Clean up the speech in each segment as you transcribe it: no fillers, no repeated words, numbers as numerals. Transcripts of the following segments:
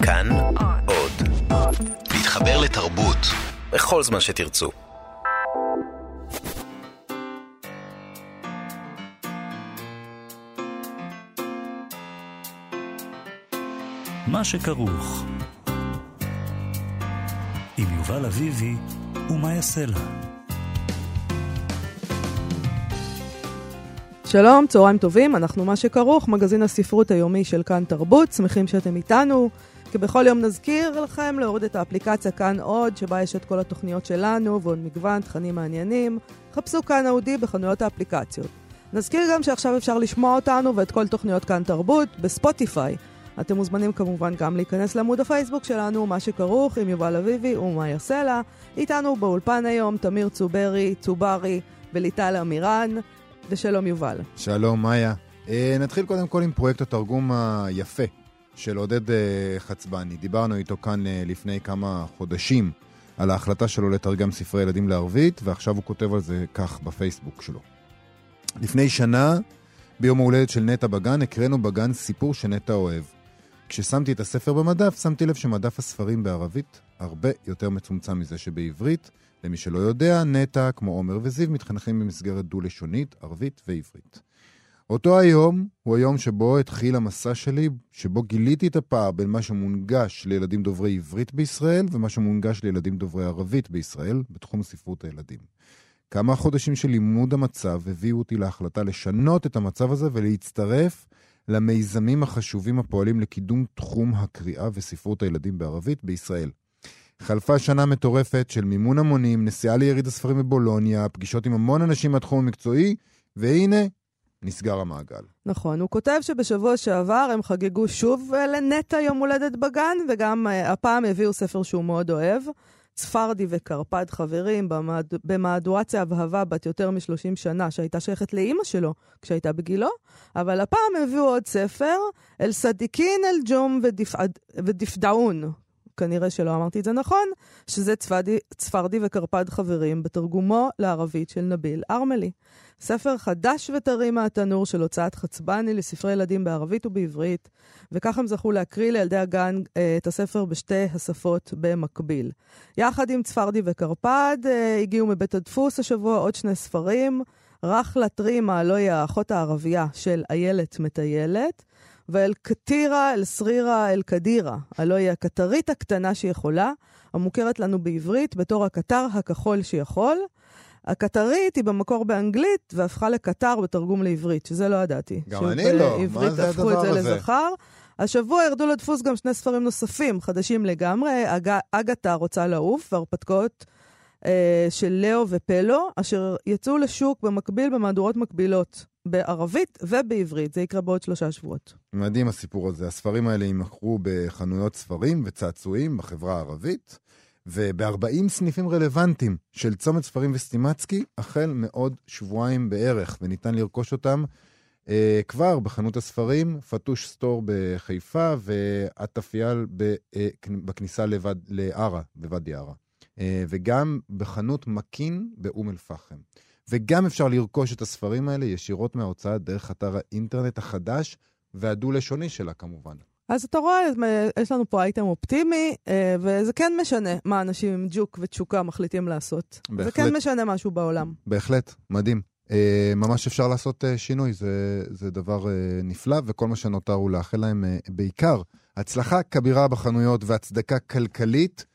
כאן עוד. להתחבר לתרבות בכל זמן שתרצו. מה שכרוך עם יובל אביבי ומה יעשה לה. שלום, צהריים טובים, אנחנו מה שכרוך, מגזין הספרות היומי של כאן תרבות, שמחים שאתם איתנו, כי בכל יום נזכיר לכם להוריד את האפליקציה כאן עוד, שבה יש את כל התוכניות שלנו ועוד מגוון תכנים מעניינים. חפשו כאן אודי בחנויות האפליקציות. נזכיר גם שעכשיו אפשר לשמוע אותנו ואת כל תוכניות כאן תרבות בספוטיפיי. אתם מוזמנים כמובן גם להיכנס לעמוד הפייסבוק שלנו, מה שכרוך עם יובל אביבי ומה יעשה לה. איתנו באולפן היום תמיר צוברי וליטל אמירן. ושלום יובל. שלום מאיה. נתחיל קודם כל עם פרויקט התרגום היפה של עודד חצבני. דיברנו איתו כאן לפני כמה חודשים על ההחלטה שלו לתרגם ספרי ילדים לערבית, ועכשיו הוא כותב על זה כך בפייסבוק שלו. לפני שנה, ביום ההולדת של נטע בגן, הקראנו בגן סיפור שנטע אוהב. כששמתי את הספר במדף, שמתי לב שמדף הספרים בערבית הרבה יותר מצומצם מזה שבעברית. למי שלא יודע, נטע, כמו עומר וזיו, מתחנכים במסגרת דו-לשונית, ערבית ועברית. אותו היום הוא היום שבו התחיל המסע שלי, שבו גיליתי את הפער בין מה שמונגש לילדים דוברי עברית בישראל, ומה שמונגש לילדים דוברי ערבית בישראל, בתחום ספרות הילדים. כמה חודשים של לימוד המצב הביאו אותי להחלטה לשנות את המצב הזה ולהצטרף למיזמים החשובים הפועלים לקידום תחום הקריאה וספרות הילדים בערבית בישראל. חלפה שנה מטורפת של מימון המונים, נסיעה ליריד הספרים בבולוניה, פגישות עם המון אנשים מהתחום המקצועי, והנה, נסגר המעגל. נכון, הוא כותב שבשבוע שעבר הם חגגו שוב לנטע יום הולדת בגן, וגם הפעם הביאו ספר שהוא מאוד אוהב, צפרדי וקרפד חברים, במהדורת צהבהבה בת יותר מ-30 שנה, שהייתה שייכת לאמא שלו כשהייתה בגילו, אבל הפעם הביאו עוד ספר, אל סדיקין אל ג'ום ודפדעון. כנראה שלא אמרתי את זה נכון, שזה צפרדי וקרפד חברים בתרגומו לערבית של נביל ארמלי. ספר חדש וטרי מהתנור של הוצאת חצבני לספרי ילדים בערבית ובעברית, וכך הם זכו להקריא לילדי הגן את הספר בשתי השפות במקביל. יחד עם צפרדי וקרפד הגיעו מבית הדפוס השבוע עוד שני ספרים, רחלה טרימה, הלוי האחות הערבייה של איילת מטיילת, ואל קטירה, אל סרירה, אל קדירה, הלוי הקטרית הקטנה שיכולה, המוכרת לנו בעברית בתור הקטר הכחול שיכול. הקטרית היא במקור באנגלית, והפכה לקטר בתרגום לעברית, שזה לא ידעתי. גם אני לא, מה זה הדבר הזה? לזכר. השבוע ירדו לדפוס גם שני ספרים נוספים, חדשים לגמרי, אגתה רוצה לעוף, והרפתקאות של לאו ופלו, אשר יצאו לשוק במקביל במהדורות מקבילות, בערבית ובעברית. זה יקרה בעוד 3 שבועות. מדהים הסיפור הזה. הספרים האלה ימכרו בחנויות ספרים וצעצועים בחברה הערבית, וב-40 סניפים רלוונטיים של צומת ספרים וסטימצקי, החל מעוד שבועיים בערך, וניתן לרכוש אותם כבר בחנות הספרים, פתוש סטור בחיפה, ועטפיאל בכניסה לערה, בוואדי ערה. וגם בחנות מקין באום אל-פחם. וגם אפשר לרכוש את הספרים האלה ישירות מההוצאה דרך אתר האינטרנט החדש והדו-לשוני שלה כמובן. אז אתה רואה, יש לנו פה אייטם אופטימי, וזה כן משנה מה אנשים עם ג'וק ותשוקה מחליטים לעשות. בהחלט. זה כן משנה משהו בעולם. בהחלט, מדהים. ממש אפשר לעשות שינוי, זה דבר נפלא, וכל מה שנותר הוא לאחל להם בעיקר הצלחה כבירה בחנויות והצדקה כלכלית,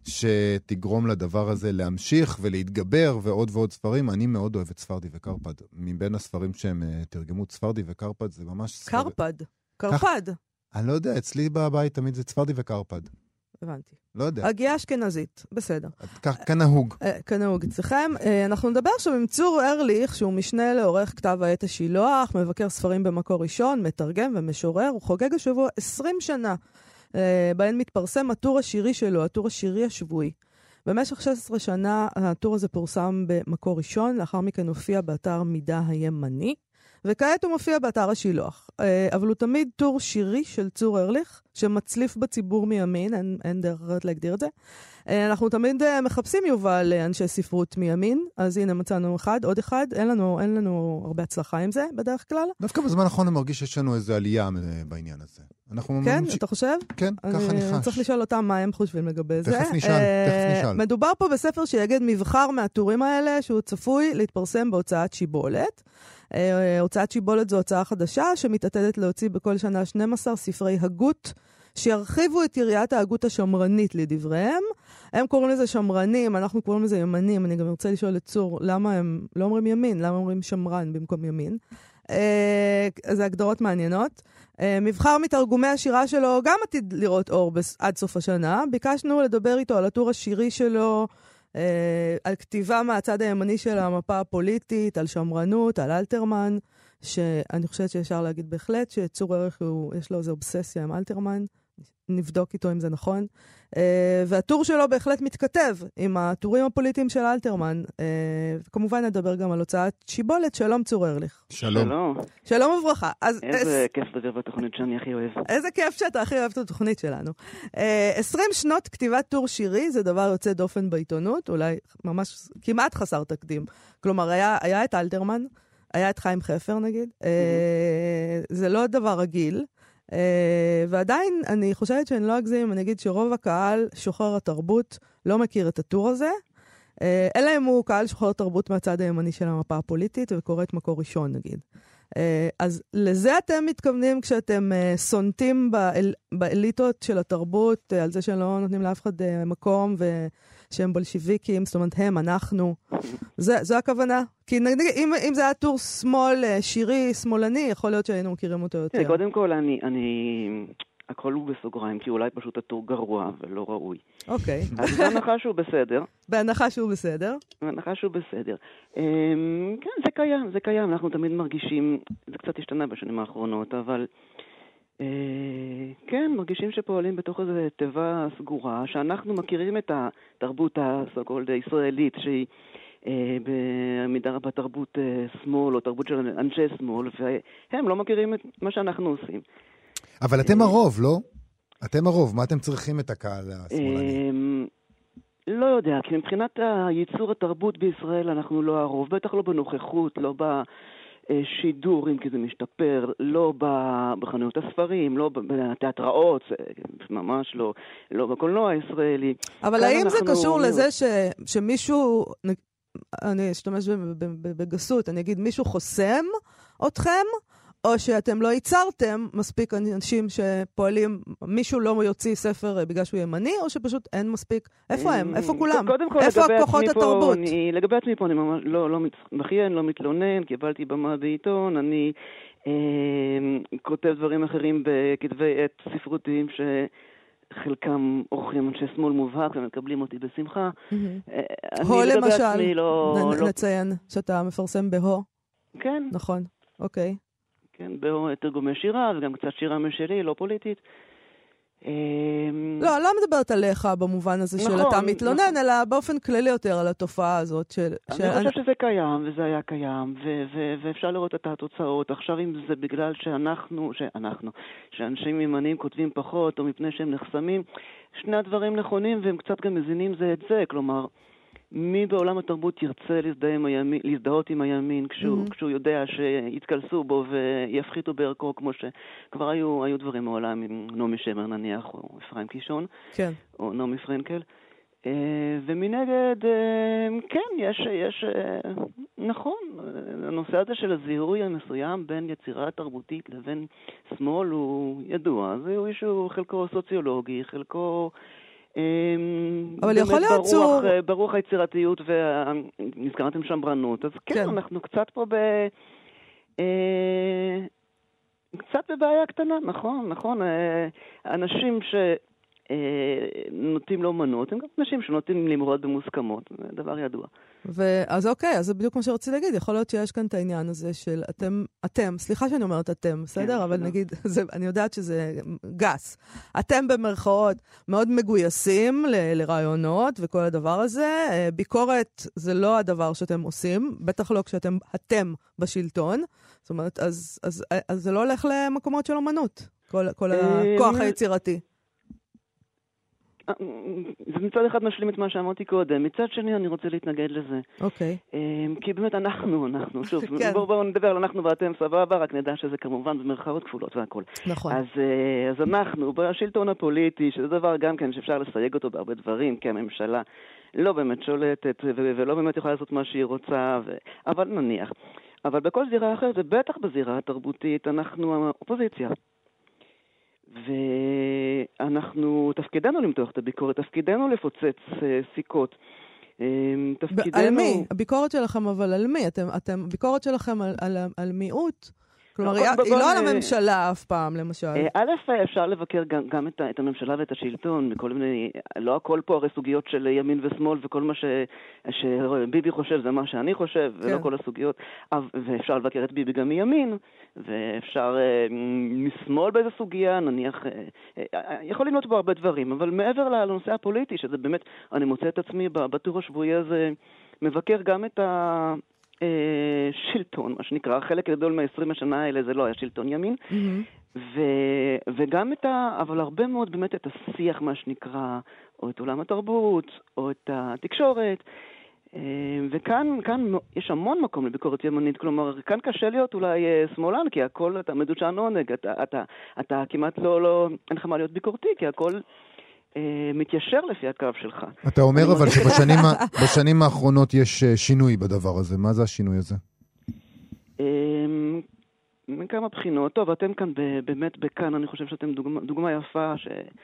שתגרום לדבר הזה להמשיך ולהתגבר ועוד ועוד ספרים. אני מאוד אוהב את צפרדי וקרפד. מבין הספרים שהם תרגמו צפרדי וקרפד, זה ממש... קרפד. קרפד. אני לא יודע, אצלי בבית תמיד זה צפרדי וקרפד. הבנתי. לא יודע. הגיעה אשכנזית, בסדר. כנהוג. כנהוג אצלכם. אנחנו נדבר עכשיו עם צור ארליך, שהוא משנה לעורך כתב העת השילוח, מבקר ספרים במקור ראשון, מתרגם ומשורר. הוא חוגג השבוע 20 שנה. בהן מתפרסם הטור השירי שלו, הטור השירי השבועי. במשך 16 שנה הטור הזה פורסם במקור ראשון, לאחר מכן הופיע באתר מידע הימני, וכעת הוא מופיע באתר השילוח. אבל הוא תמיד טור שירי של צור ארליך, שמצליף בציבור מימין, אין דרך אחרת להגדיר את זה. אנחנו תמיד מחפשים יובל אנשי ספרות מימין, אז הנה מצאנו עוד אחד, אין לנו הרבה הצלחה עם זה בדרך כלל. דווקא בזמן האחרון אני מרגיש שיש לנו איזו עלייה בעניין הזה. כן, אתה חושב? כן, ככה ניחש. צריך לשאול אותם מה הם חושבים לגבי זה. תכף נשאל. מדובר פה בספר שיגד מבחר מהטורים האלה, שהוא צפוי להתפרסם בהוצאת שיבולת. הוצאת שיבולת זו הוצאה חדשה, שמתעתדת להוציא בכל שנה 12 ספרי הגות, שירחיבו את יריית ההגות השמרנית לדבריהם. הם קוראים לזה שמרנים, אנחנו קוראים לזה ימנים. אני גם רוצה לשאול את צור, למה הם לא אומרים ימין? למה אומרים שמרן במקום ימין? זה הגדרות מעניינות. מבחר מתרגומי השירה שלו גם עתיד לראות אור עד סוף השנה. ביקשנו לדבר איתו על הטור השירי שלו, על כתיבה מהצד הימני של המפה הפוליטית, על שמרנות, על אלתרמן, שאני חושבת שאפשר להגיד בהחלט שצור ארליך יש לו איזו אובססיה עם אלתרמן, נבדוק איתו אם זה נכון. והטור שלו בהחלט מתכתב עם הטורים הפוליטיים של אלתרמן. וכמובן נדבר גם על הוצאת שיבולת. שלום צור ארליך. שלום. שלום וברכה. איזה כיף לדבר בתוכנית שאני הכי אוהב. איזה כיף שאתה הכי אוהב את התוכנית שלנו. 20 שנות כתיבת טור שירי, זה דבר יוצא דופן בעיתונות, אולי ממש כמעט חסר תקדים. כלומר, היה את אלתרמן, היה את חיים חפר נגיד. זה לא דבר רגיל. ועדיין אני חושבת שאני לא אגזים, אני אגיד שרוב הקהל שוחר התרבות לא מכיר את הטור הזה, אלא אם הוא קהל שוחר התרבות מהצד הימני של המפה הפוליטית וקורא את מקור ראשון נגיד. אז לזה אתם מתכוונים כשאתם סונטים באליטות של התרבות, על זה שהם לא נותנים לאף אחד מקום ושהם בולשיביקים, זאת אומרת הם, אנחנו, זו הכוונה? כי נגיד, אם זה היה טור שמאל, שירי, שמאלני, יכול להיות שהיינו מכירים אותו יותר. קודם כל, הכל הוא בסוגריים, כי אולי פשוט הטור גרוע ולא ראוי. אוקיי. אז בהנחה שהוא בסדר. בהנחה שהוא בסדר. בהנחה שהוא בסדר. כן, זה קיים. אנחנו תמיד מרגישים, זה קצת השתנה בשנים האחרונות, אבל כן, מרגישים שפועלים בתוך איזו תיבה סגורה, שאנחנו מכירים את התרבות הסו-קולד הישראלית, שהיא במידה רבה תרבות שמאל, או תרבות של אנשי שמאל, והם לא מכירים את מה שאנחנו עושים. אבל אתם הרוב, לא? אתם הרוב, מה אתם צריכים את הקהל השמאלני? לא יודע, כי מבחינת הייצור התרבות בישראל אנחנו לא הרוב, בטח לא בנוכחות, לא בשידור, אם כי זה משתפר, לא בחנויות הספרים, לא בתיאטראות, ממש לא בקולנוע הישראלי. אבל האם זה קשור לזה שמישהו, אני אשתמש בגסות, אני אגיד מישהו חוסם אתכם, או שאתם לא ייצרתם מספיק אנשים שפועלים, מישהו לא יוציא ספר בגלל שהוא ימני, או שפשוט אין מספיק, איפה הם? איפה כולם? איפה כוחות התרבות? לגבי עצמי פה אני ממש לא מתבכיין, לא מתלונן, קיבלתי במה בעיתון, אני כותב דברים אחרים בכתבי עת ספרותיים חלקם עורכים אנשי שמאל מובהק ומקבלים אותי בשמחה. הו למשל, נציין שאתה מפרסם בהו. כן. נכון, אוקיי. כן, בתרגומי שירה, וגם קצת שירה משלי, לא פוליטית. לא מדברת עליך במובן הזה של אתה מתלונן, אלא באופן כללי יותר על התופעה הזאת. אני חושב שזה קיים, וזה היה קיים, ואפשר לראות את התוצאות. עכשיו אם זה בגלל שאנשים ימניים כותבים פחות, או מפני שהם נחסמים, שני הדברים נכונים, והם קצת גם מזינים זה את זה, כלומר, מי בעולם התרבות ירצה להזדהות עם הימין כשהוא יודע שיתכלסו בו ויפחיתו בערכו, כמו שכבר היו דברים מעולם עם נעמי שמר נניח, או אפרים קישון, כן. או נעמי פרנקל. ומנגד, כן, יש נכון, הנושא הזה של הזיהוי המסוים בין יצירה תרבותית לבין שמאל הוא ידוע. זהו איזשהו חלקו סוציולוגי, חלקו אבל יכול להיות ברוח היצירתיות ונזכרתם שמרנות, אז כן, אנחנו קצת פה קצת בבעיה קטנה, נכון, אנשים נוטים לאומנות, הם גם אנשים שנוטים למרוד במוסכמות, זה דבר ידוע. אז אוקיי, אז זה בדיוק מה שרציתי להגיד, יכול להיות שיש כאן את העניין הזה של אתם, סליחה שאני אומרת אתם, בסדר? אבל נגיד, אני יודעת שזה גס. אתם במרכאות מאוד מגויסים לרעיונות וכל הדבר הזה, ביקורת זה לא הדבר שאתם עושים, בטח לא כשאתם בשלטון, זאת אומרת, אז זה לא הולך למקומות של אומנות, כל הכוח היצירתי. זה מצד אחד משלים את מה שאמרתי קודם, מצד שני אני רוצה להתנגד לזה. אוקיי. כי באמת אנחנו, שוב, בואו נדבר על אנחנו ואתם סבבה, רק נדע שזה כמובן במרכאות כפולות והכל. נכון. אז אנחנו, בשלטון הפוליטי, שזה דבר גם כן שאפשר לסייג אותו בהרבה דברים, כי הממשלה לא באמת שולטת ולא באמת יכולה לעשות מה שהיא רוצה, אבל נניח. אבל בכל זירה אחרת, ובטח בזירה התרבותית, אנחנו האופוזיציה. ואנחנו, תפקידנו למתוח את הביקורת, תפקידנו לפוצץ סיכות. על מי? הביקורת שלכם אבל על מי? הביקורת שלכם על מיעוט? כלומר, היא לא על הממשלה אף פעם, למשל. א', אפשר לבקר גם את הממשלה ואת השלטון, לא הכל פה הרי סוגיות של ימין ושמאל, וכל מה שביבי חושב זה מה שאני חושב, ולא כל הסוגיות, ואפשר לבקר את ביבי גם מימין, ואפשר משמאל באיזו סוגיה, נניח, יכולים להיות פה הרבה דברים, אבל מעבר לנושא הפוליטי, שזה באמת, אני מוצא את עצמי בטור השבועי הזה, מבקר גם את שלטון, מה שנקרא, חלק גדול מה-20 השנה האלה זה לא היה שלטון ימין, וגם אבל הרבה מאוד באמת את השיח, מה שנקרא, או את עולם התרבות, או את התקשורת, וכאן יש המון מקום לביקורת ימנית, כלומר, כאן קשה להיות אולי שמאלן, כי הכל, אתה מדושן עונג, אתה כמעט לא, אין לך מה להיות ביקורתי, כי הכל מתיישר לפי הקו שלך. אתה אומר אבל שבשנים האחרונות יש שינוי בדבר הזה. מה זה השינוי הזה? מכמה בחינות. טוב, אתם כאן באמת בכאן, אני חושב שאתם דוגמה יפה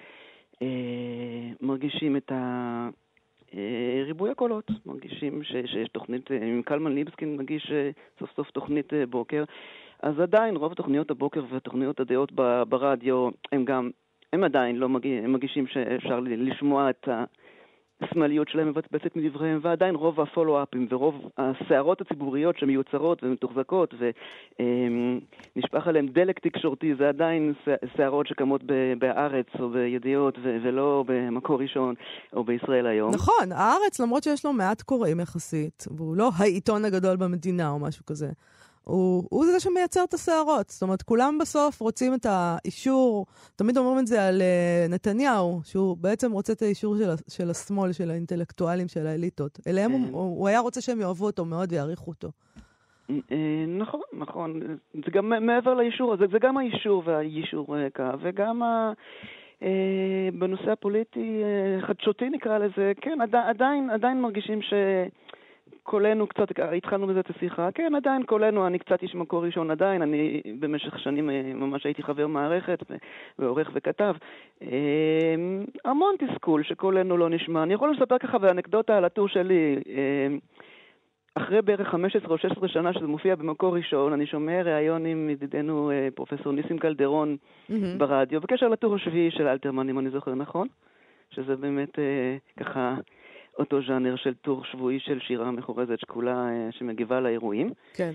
שמרגישים את ריבוי הקולות. מרגישים שיש תוכנית, קלמן ליבסקין מגיש סוף סוף תוכנית בוקר. אז עדיין רוב תוכניות הבוקר ותוכניות הדעות ברדיו הם עדיין לא מגישים שאפשר לשמוע את השמאליות שלהם מבצבצת מדבריהם, ועדיין רוב הפולו-אפים ורוב הסערות הציבוריות שמיוצרות ומתוחזקות ונשפך עליהם דלק תקשורתי, זה עדיין סערות שקמות בארץ או בידיעות ולא במקור ראשון או בישראל היום. נכון, הארץ למרות שיש לו מעט קוראים יחסית, והוא לא העיתון הגדול במדינה או משהו כזה. הוא זה שמייצר את הסערות. זאת אומרת, כולם בסוף רוצים את האישור, תמיד אומרים את זה על נתניהו, שהוא בעצם רוצה את האישור של השמאל, של האינטלקטואלים, של האליטות. אליהם הוא היה רוצה שהם יאהבו אותו מאוד ויעריכו אותו. נכון. זה גם מעבר לאישור, זה גם האישור והיישור רקע, וגם בנושא הפוליטי חדשותי נקרא לזה, כן, עדיין מרגישים קולנו קצת, התחלנו בזה את השיחה, כן, עדיין קולנו, אני קצת איש מקור ראשון עדיין, אני במשך שנים ממש הייתי חבר מערכת ועורך וכתב. המון תסכול שקולנו לא נשמע. אני יכול לספר ככה באנקדוטה על הטור שלי, אחרי בערך 15 או 16 שנה שזה מופיע במקור ראשון, אני שומע ראיון עם ידידנו פרופסור ניסים קלדרון ברדיו, בקשר לטור השביעי של אלתרמן, אם אני זוכר נכון, שזה באמת ככה אותו ז'אנר של טור שבועי של שירה מחורזת שקולה שמגיבה לאירועים. כן.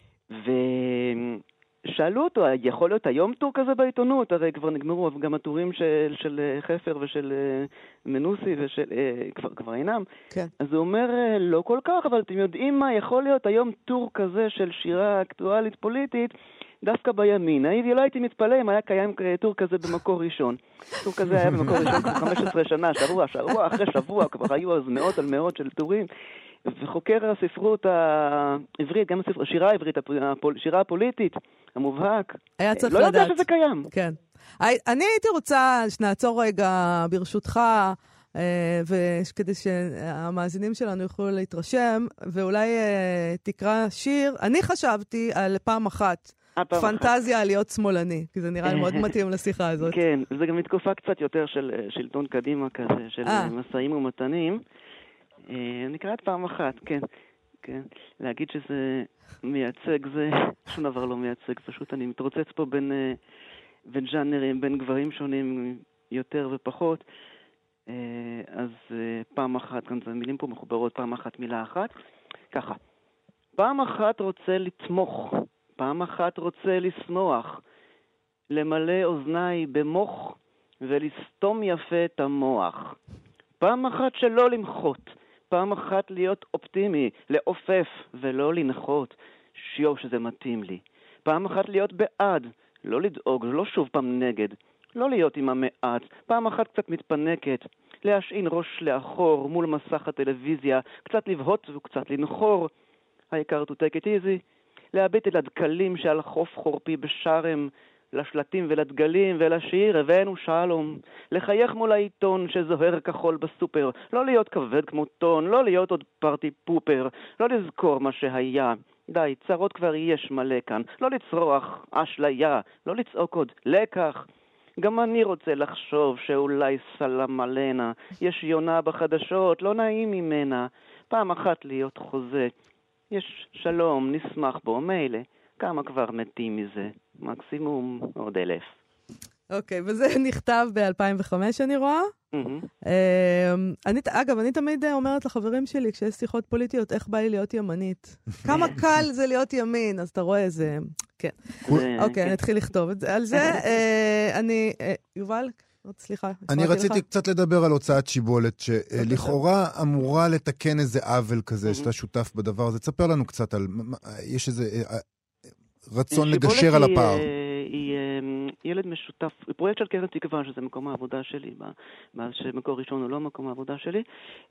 ושאלו אותו, יכול להיות היום טור כזה בעיתונות? הרי כבר נגמרו גם הטורים של חפר ושל מנוסי כבר אינם. כן. אז הוא אומר, לא כל כך, אבל אתם יודעים מה, יכול להיות היום טור כזה של שירה אקטואלית פוליטית, דווקא בימין. לא הייתי מתפלא אם היה קיים טור כזה במקור ראשון. טור כזה היה במקור ראשון כבר 15 שנה, שבוע אחרי שבוע, כבר היו אז מאות על מאות של טורים. וחוקר הספרות העברית, גם השירה העברית, השירה הפוליטית, המובהק, היה צריך לא יודע שזה קיים. כן. אני הייתי רוצה שנעצור רגע ברשותך, וכדי שהמאזינים שלנו יוכלו להתרשם, ואולי תקרא שיר. אני חשבתי על פעם אחת, פנטזיה על להיות שמאלני, כי זה נראה לי מאוד מתאים לשיחה הזאת. כן, זה גם מתקופה קצת יותר של שלטון קדימה כזה, של מסעים ומתנים. נקראת פעם אחת, כן. להגיד שזה מייצג, זה שום דבר לא מייצג, פשוט אני מתרוצץ פה בין ז'אנרים, בין גברים שונים, יותר ופחות, אז פעם אחת, כאן זה מילים פה מחוברות, פעם אחת מילה אחת, ככה. פעם אחת רוצה לתמוך, פעם אחת רוצה לשמוח, למלא אוזניי במוח ולסתום יפה את המוח. פעם אחת שלא למחות, פעם אחת להיות אופטימי, לעופף ולא לנחות, שיו שזה מתאים לי. פעם אחת להיות בעד, לא לדאוג, לא שוב פעם נגד, לא להיות עם המעט, פעם אחת קצת מתפנקת, להשעין ראש לאחור מול מסך הטלוויזיה, קצת לבהות וקצת לנחור, העיקר to take it easy, להביט אל הדקלים שעל חוף חורפי בשרם, לשלטים ולדגלים ולשיר הבאנו שלום, לחייך מול העיתון שזוהר כחול בסופר, לא להיות כבד כמו טון, לא להיות עוד פרטי פופר, לא לזכור מה שהיה, די, צרות כבר יש מלא כאן, לא לצרוח, אשליה, לא לצעוק עוד, לקח. גם אני רוצה לחשוב שאולי סלם עלינה, יש יונה בחדשות, לא נעים ממנה, פעם אחת להיות חוזה, יש שלום, נשמח בו, מילא, כמה כבר מתים מזה, מקסימום עוד 1,000. אוקיי, וזה נכתב ב-2005 אני רואה. אגב, אני תמיד אומרת לחברים שלי, כשיש שיחות פוליטיות, איך בא לי להיות ימנית. כמה קל זה להיות ימין, אז אתה רואה איזה... כן. אוקיי, אני אתחיל לכתוב את זה. על זה, יובל, סליחה. אני רציתי קצת לדבר על הוצאת שיבולת, שלכאורה אמורה לתקן איזה עוול כזה, שאתה שותף בדבר הזה. תספר לנו קצת על... יש איזה רצון לגשר על הפער. היא ילד משותף, פרויקט של קרן תקווה, שזה מקום העבודה שלי, מאז שמקור ראשון הוא לא מקום העבודה שלי.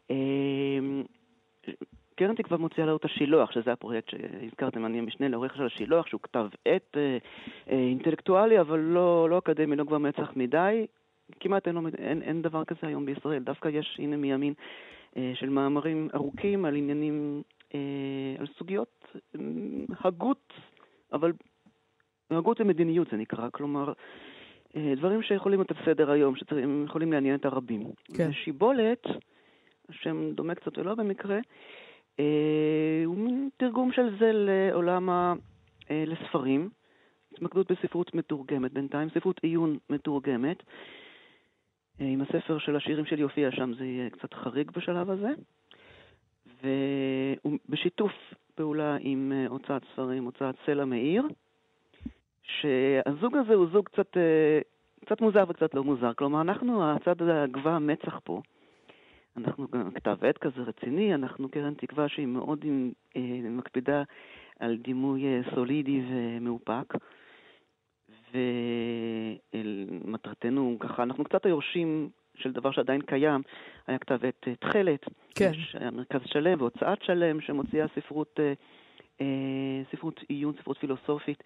קרן תקווה מוציאה לו את השילוח, שזה הפרויקט שהזכרתם, אני משנה לעורך של השילוח, שהוא כתב עת אינטלקטואלי, אבל לא אקדמי, לא כבר מצח מדי. כמעט אין דבר כזה היום בישראל. דווקא יש, הנה מימין, של מאמרים ארוכים על עניינים, על סוגיות הגות, אבל הגות ומדיניות זה נקרא, כלומר, דברים שיכולים להיות בסדר היום, שיכולים לעניין את הרבים. כן. שיבולת, השם דומה קצת ולא במקרה, הוא מין תרגום של זה לעולם לספרים, התמקדות בספרות מתורגמת, בינתיים ספרות עיון מתורגמת, עם הספר של השירים שלי יופיע שם, זה יהיה קצת חריג בשלב הזה, ובשיתוף פעולה עם הוצאת ספרים, הוצאת סלע מאיר, שהזוג הזה הוא זוג קצת מוזר וקצת לא מוזר. כלומר, אנחנו, הצד הגבוה המצח פה, אנחנו כתב עת כזה רציני, אנחנו קרן תקווה שהיא מאוד מקפידה על דימוי סולידי ומאופק, ומטרתנו ככה, אנחנו קצת היורשים של דבר שעדיין קיים, היה כתב עת תחלת, כן. מרכז שלם והוצאת שלם שמוציאה ספרות עיון, ספרות פילוסופית.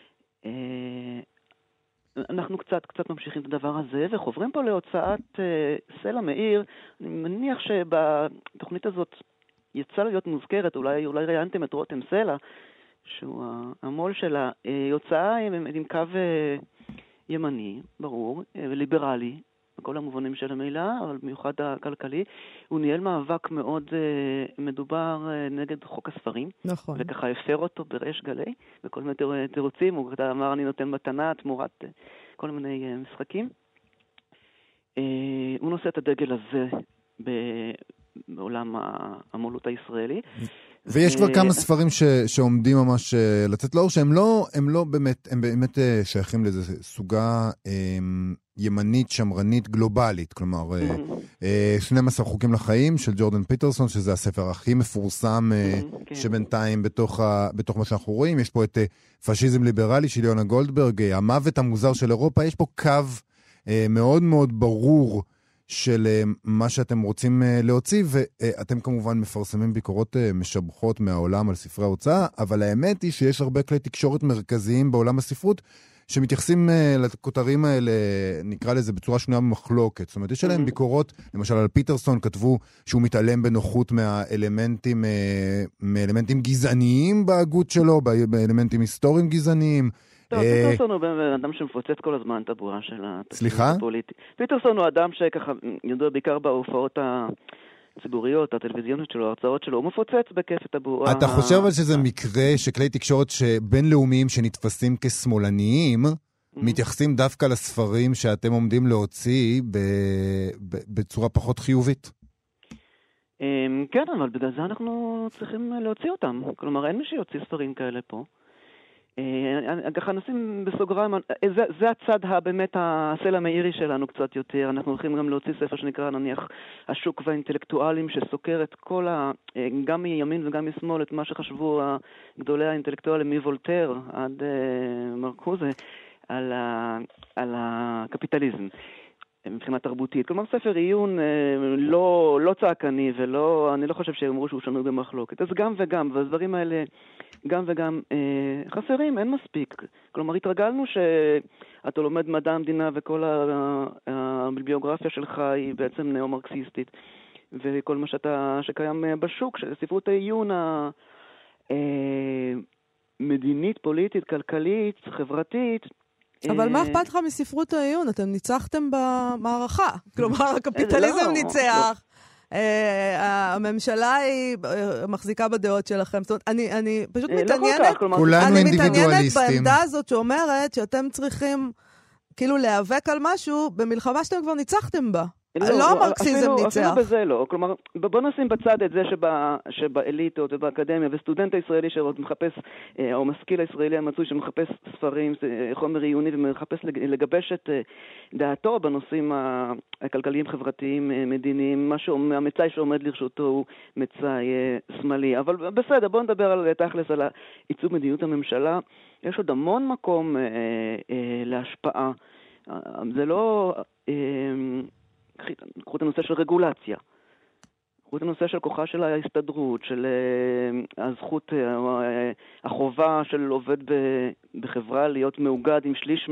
אנחנו קצת ממשיכים את הדבר הזה, וחוברים פה להוצאת סלע מאיר. אני מניח שבתוכנית הזאת יצא להיות מוזכרת, אולי ראיינתם את רותם סלע, שהוא המול שלה, יוצאה עם קו ימני, ברור, וליברלי, בכל המובנים של המילה, אבל במיוחד הכלכלי. הוא ניהל מאבק מאוד מדובר נגד חוק הספרים. נכון. וככה הפר אותו בריש גלי, בכל מיני תירוצים. הוא אמר, אני נותן מתנה תמורת כל מיני משחקים. הוא נושא את הדגל הזה בעולם המולות הישראלי. ויש כבר כמה ספרים שעומדים ממש לצאת לאור, שהם לא באמת, הם באמת שייכים לאיזו סוגה ימנית, שמרנית, גלובלית. כלומר, 12 חוקים לחיים של ג'ורדן פיטרסון, שזה הספר הכי מפורסם שבינתיים בתוך מה שאנחנו רואים. יש פה את פאשיזם ליברלי של יונה גולדברג, המוות המוזר של אירופה. יש פה קו מאוד מאוד ברור של מה שאתם רוצים להוציא, ואתם כמובן מפרסמים ביקורות משבחות מהעולם על ספרי ההוצאה, אבל האמת היא שיש הרבה כלי תקשורת מרכזיים בעולם הספרות, שמתייחסים לכותרים האלה, נקרא לזה בצורה שנויה במחלוקת. זאת אומרת, יש עליהם ביקורות, למשל על פיטרסון כתבו שהוא מתעלם בנוחות מאלמנטים גזעניים בהגות שלו, באלמנטים היסטוריים גזעניים. פיטרסון הוא אדם שמפוצץ כל הזמן את הבועה של הפוליטי. פיטרסון הוא אדם שככה ידוע בעיקר בהופעות הציבוריות, הטלוויזיוניות שלו, ההרצאות שלו, הוא מפוצץ בכיף את הבועה. אתה חושב אבל שזה מקרה שכלי תקשורת בינלאומיים שנתפסים כשמאלניים, מתייחסים דווקא לספרים שאתם עומדים להוציא בצורה פחות חיובית. כן, אבל בגלל זה אנחנו צריכים להוציא אותם. כלומר, אין מי שיוציא ספרים כאלה פה. ככה נשים בסוגריים, זה הצד באמת הסלע המאירי שלנו קצת יותר. אנחנו הולכים גם להוציא ספר שנקרא נניח השוק והאינטלקטואלים, שסוקר את כל גם מימין וגם משמאל, את מה שחשבו גדולי האינטלקטואלים מוולטר עד מרקוזה על הקפיטליזם מבחינה תרבותית. כלומר, ספר עיון לא צעקני, אני לא חושב שאמרו שהוא שנוי במחלוקת. אז גם וגם, והדברים האלה גם וגם חסרים, אין מספיק. כלומר, התרגלנו שאתה לומד מדע המדינה וכל הביוגרפיה שלך היא בעצם נאו-מרקסיסטית. וכל מה שקיים בשוק, ספרות העיון המדינית, פוליטית, כלכלית, חברתית, אבל מה אכפת לך מספרות העיון? אתם ניצחתם במערכה. כלומר, הקפיטליזם ניצח. הממשלה היא מחזיקה בדעות שלכם. זאת אומרת, אני פשוט מתעניינת. כולנו אינדיבידואליסטים. אני מתעניינת בעמדה הזאת שאומרת שאתם צריכים כאילו להיאבק על משהו במלחמה שאתם כבר ניצחתם בה. לא המרקסיזם ניצח. אפילו בזה לא. כלומר, בוא נשים בצד את זה שבאליטות ובאקדמיה, וסטודנט הישראלי שמחפש, או משכיל הישראלי המצוי שמחפש ספרים, חומר עיוני, ומחפש לגבש את דעתו בנושאים הכלכליים, חברתיים, מדיניים, המצאי שעומד לרשותו הוא מצאי שמאלי. אבל בסדר, בוא נדבר על תכלס, על עיצוב מדיניות הממשלה. יש עוד המון מקום להשפעה. זה לא... קחו את הנושא של רגולציה, קחו את הנושא של כוחה של ההסתדרות, של הזכות, החובה של עובד בחברה להיות מאוגד עם שליש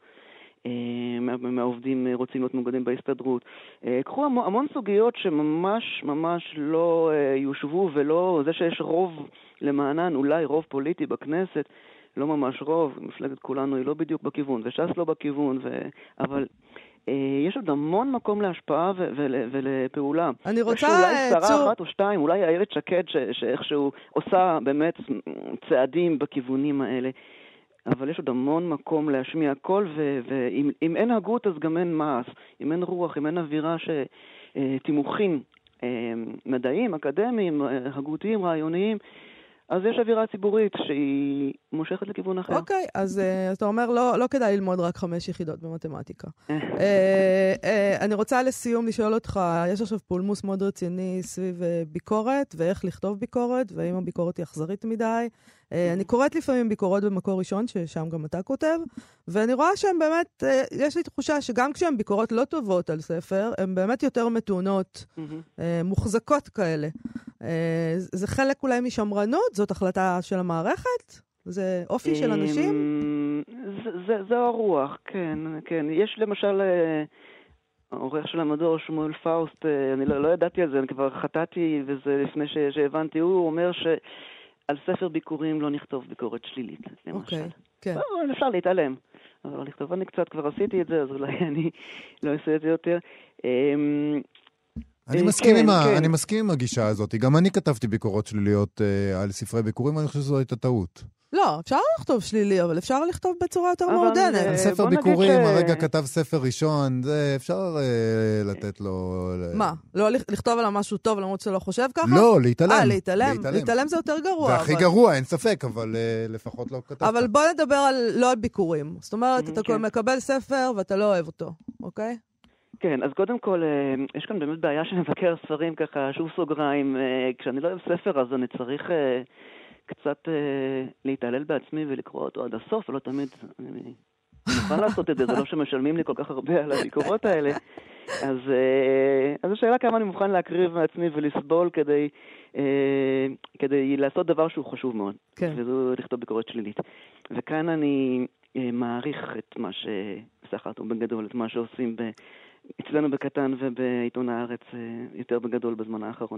מהעובדים רוצים להיות מאוגדים בהסתדרות. קחו המון סוגיות שממש ממש לא יושבו, ולא זה שיש רוב למענן, אולי רוב פוליטי בכנסת, לא ממש רוב, מפלגת כולנו היא לא בדיוק בכיוון, וש"ס לא בכיוון, אבל... יש עוד המון מקום להשפעה ולפעולה. אני רוצה... אולי שרה אחת או שתיים, אולי איילת שקד שאיכשהו עושה באמת צעדים בכיוונים האלה. אבל יש עוד המון מקום להשמיע הכל, ואם אין הגות אז גם אין מעש. אם אין רוח, אם אין אווירה שתימוכין מדעיים, אקדמיים, הגותיים, רעיוניים, אז יש אווירה ציבורית שהיא מושכת לכיוון אחר. אוקיי, אז אתה אומר, לא כדאי ללמוד רק 5 יחידות במתמטיקה. אני רוצה לסיום לשאול אותך, יש עכשיו פולמוס מאוד רציני סביב ביקורת, ואיך לכתוב ביקורת, והאם הביקורת היא אכזרית מדי. אני קוראת לפעמים ביקורות במקור ראשון, ששם גם אתה כותב, ואני רואה שהן באמת, יש לי תחושה שגם כשהן ביקורות לא טובות על ספר, הן באמת יותר מתונות, מוחזקות כאלה. זה חלק אולי משמרנות? זאת החלטה של המערכת? זה אופי של אנשים? זה הרוח, כן, כן. יש למשל העורך של המדור, שמואל פאוסט, אני לא ידעתי על זה, אני כבר חטאתי, וזה לפני שהבנתי, הוא אומר שעל ספר ביקורים לא נכתוב ביקורת שלילית, למשל. אוקיי, כן. אפשר להתעלם. אבל לכתוב, אני קצת כבר עשיתי את זה, אז אולי אני לא אעשה את זה יותר. אני מסכים עם הגישה הזאת. גם אני כתבתי ביקורות שליליות על ספרי ביקורים, ואני חושב שזו הייתה טעות. לא, אפשר לכתוב שלילי, אבל אפשר לכתוב בצורה יותר מעודנת. ספר ביקורים, הרגע כתב ספר ראשון, אפשר לתת לו... מה? לא לכתוב עליו משהו טוב, למרות שלא חושב ככה? לא, להתעלם. להתעלם זה יותר גרוע. זה הכי גרוע, אין ספק, אבל לפחות לא כתבת. אבל בוא נדבר לא על ביקורים. זאת אומרת, אתה מקבל ספר ואתה לא אוהב אותו, אוקיי? כן, אז קודם כל, יש כאן באמת בעיה שמבקר ספרים ככה, שוב סוגריים. כשאני לא אוהב ספר, אז אני צריך קצת להתעלל בעצמי ולקרוא אותו עד הסוף, ולא תמיד אני מוכן לעשות את זה, זה לא שמשלמים לי כל כך הרבה על הביקורות האלה. אז השאלה כמה אני מוכן להקריב מעצמי ולסבול כדי לעשות דבר שהוא חשוב מאוד. כן. וזו לכתוב ביקורת שלילית. וכאן אני מעריך את מה שסחרנו בגדול, את מה שעושים אצלנו בקטן ובעיתון הארץ יותר בגדול בזמן האחרון.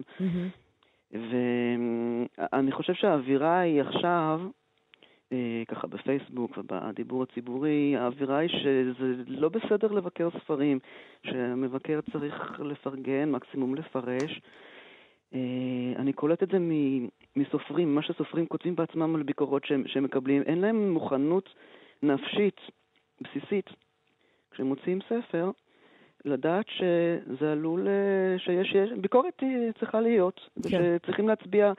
ואני חושב שהאווירה היא עכשיו, ככה בפייסבוק ובדיבור הציבורי, האווירה היא שזה לא בסדר לבקר ספרים, שהמבקר צריך לפרגן, מקסימום לפרש. אני קולט את זה מסופרים, מה שסופרים כותבים בעצמם על ביקורות שהם מקבלים. אין להם מוכנות נפשית בסיסית, כשמוציאים ספר, לדעת שזה עלול, שיש ביקורת צריכה להיות, ושצריכים להצביע,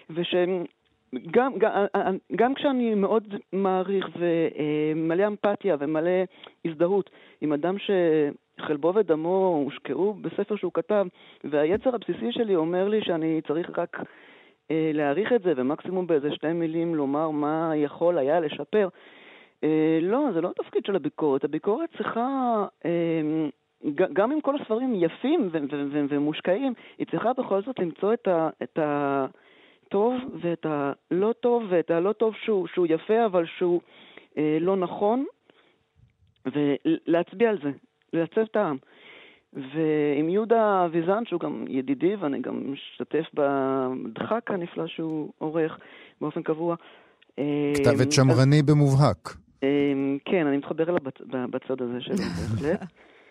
גם כשאני מאוד מעריך ומלא אמפתיה ומלא הזדהות עם אדם שחלבו ודמו הושקעו בספר שהוא כתב, והיצר הבסיסי שלי אומר לי שאני צריך רק להעריך את זה, ומקסימום באיזה 2 מילים לומר מה יכול היה לשפר. לא, זה לא התפקיד של הביקורת. הביקורת צריכה, גם עם כל הספרים יפים ומושקעים, היא צריכה בכל זאת למצוא את הטוב ואת הלא טוב, ואת הלא טוב שהוא יפה אבל שהוא לא נכון, ולהצביע על זה, לעצב טעם. ועם יהודה ויזן, שהוא גם ידידי, ואני גם משתתף בדחק הנפלא שהוא עורך באופן קבוע. כתבת שמרני במובהק. כן, אני מתחבר אליו בצד הזה שלו, בהחלט.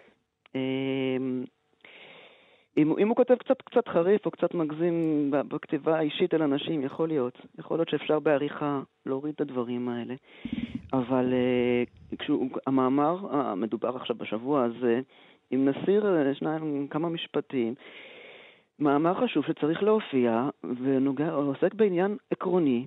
אם הוא כותב קצת חריף או קצת מגזים בכתיבה האישית על אנשים, יכול להיות שאפשר בעריכה להוריד את הדברים האלה. אבל המאמר המדובר עכשיו בשבוע הזה, אם נסיר כמה משפטים, מאמר חשוב שצריך להופיע ועוסק בעניין עקרוני,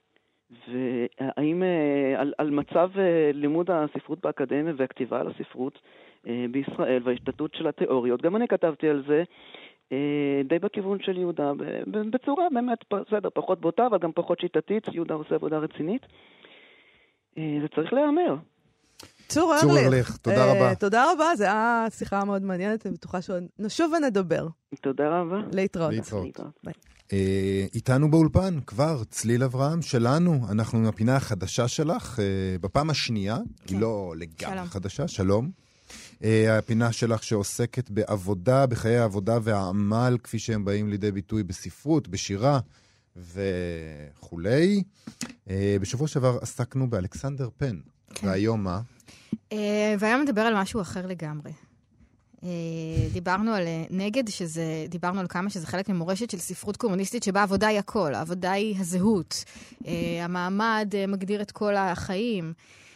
והאם על מצב לימוד הספרות באקדמיה והכתיבה על הספרות בישראל וההשתתות של התיאוריות. גם אני כתבתי על זה די בכיוון של יהודה, בצורה באמת בסדר, פחות בוטה, אבל גם פחות שיטתית. יהודה עושה עבודה רצינית. זה צריך להיאמר. צור ארליך, תודה רבה. תודה רבה, זו הייתה שיחה מאוד מעניינת, אני בטוחה שנשוב ונדבר. תודה רבה. להתראות. ביי. איתנו באולפן כבר צליל אברהם שלנו, אנחנו עם הפינה החדשה שלך, בפעם השנייה, היא לא לגמרי חדשה, שלום. הפינה שלך שעוסקת בעבודה, בחיי העבודה והעמל, כפי שהם באים לידי ביטוי בספרות, בשירה וכולי. בשבוע שעבר עסקנו באלכסנדר פן, והיום מה? והיום נדבר על משהו אחר לגמרי. דיברנו על נגד, דיברנו על כמה שזה חלק ממורשת של ספרות קומוניסטית שבה עבודה היא הכל, העבודה היא הזהות, המעמד מגדיר את כל החיים.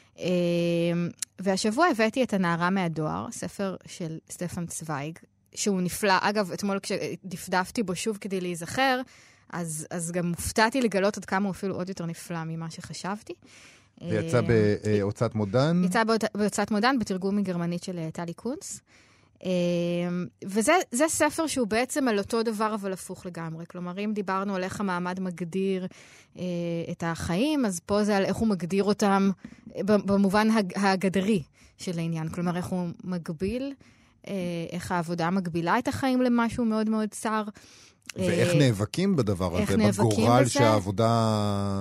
והשבוע הבאתי את הנערה מהדואר, ספר של סטפן צוויג, שהוא נפלא. אגב, אתמול כשדפדפתי בו שוב כדי להיזכר, אז גם מופתעתי לגלות עד כמה הוא אפילו עוד יותר נפלא ממה שחשבתי. ויצא בהוצאת מודן? יצא בהוצאת מודן, בתרגום מגרמנית של טלי קונץ. וזה ספר שהוא בעצם על אותו דבר, אבל הפוך לגמרי. כלומר, אם דיברנו על איך המעמד מגדיר את החיים, אז פה זה על איך הוא מגדיר אותם במובן הגדרי של העניין. כלומר, איך הוא מגביל, איך העבודה מגבילה את החיים למשהו מאוד מאוד צר. ואיך נאבקים בדבר הזה, בגורל שהעבודה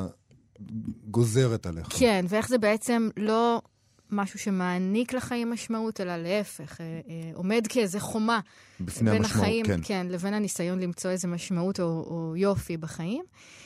גוזרת עליך. כן, ואיך זה בעצם לא משהו שמעניק לחיים משמעות, אלא להפך, עומד כאיזה חומה בין החיים, כן, לבין הניסיון למצוא איזה משמעות או יופי בחיים.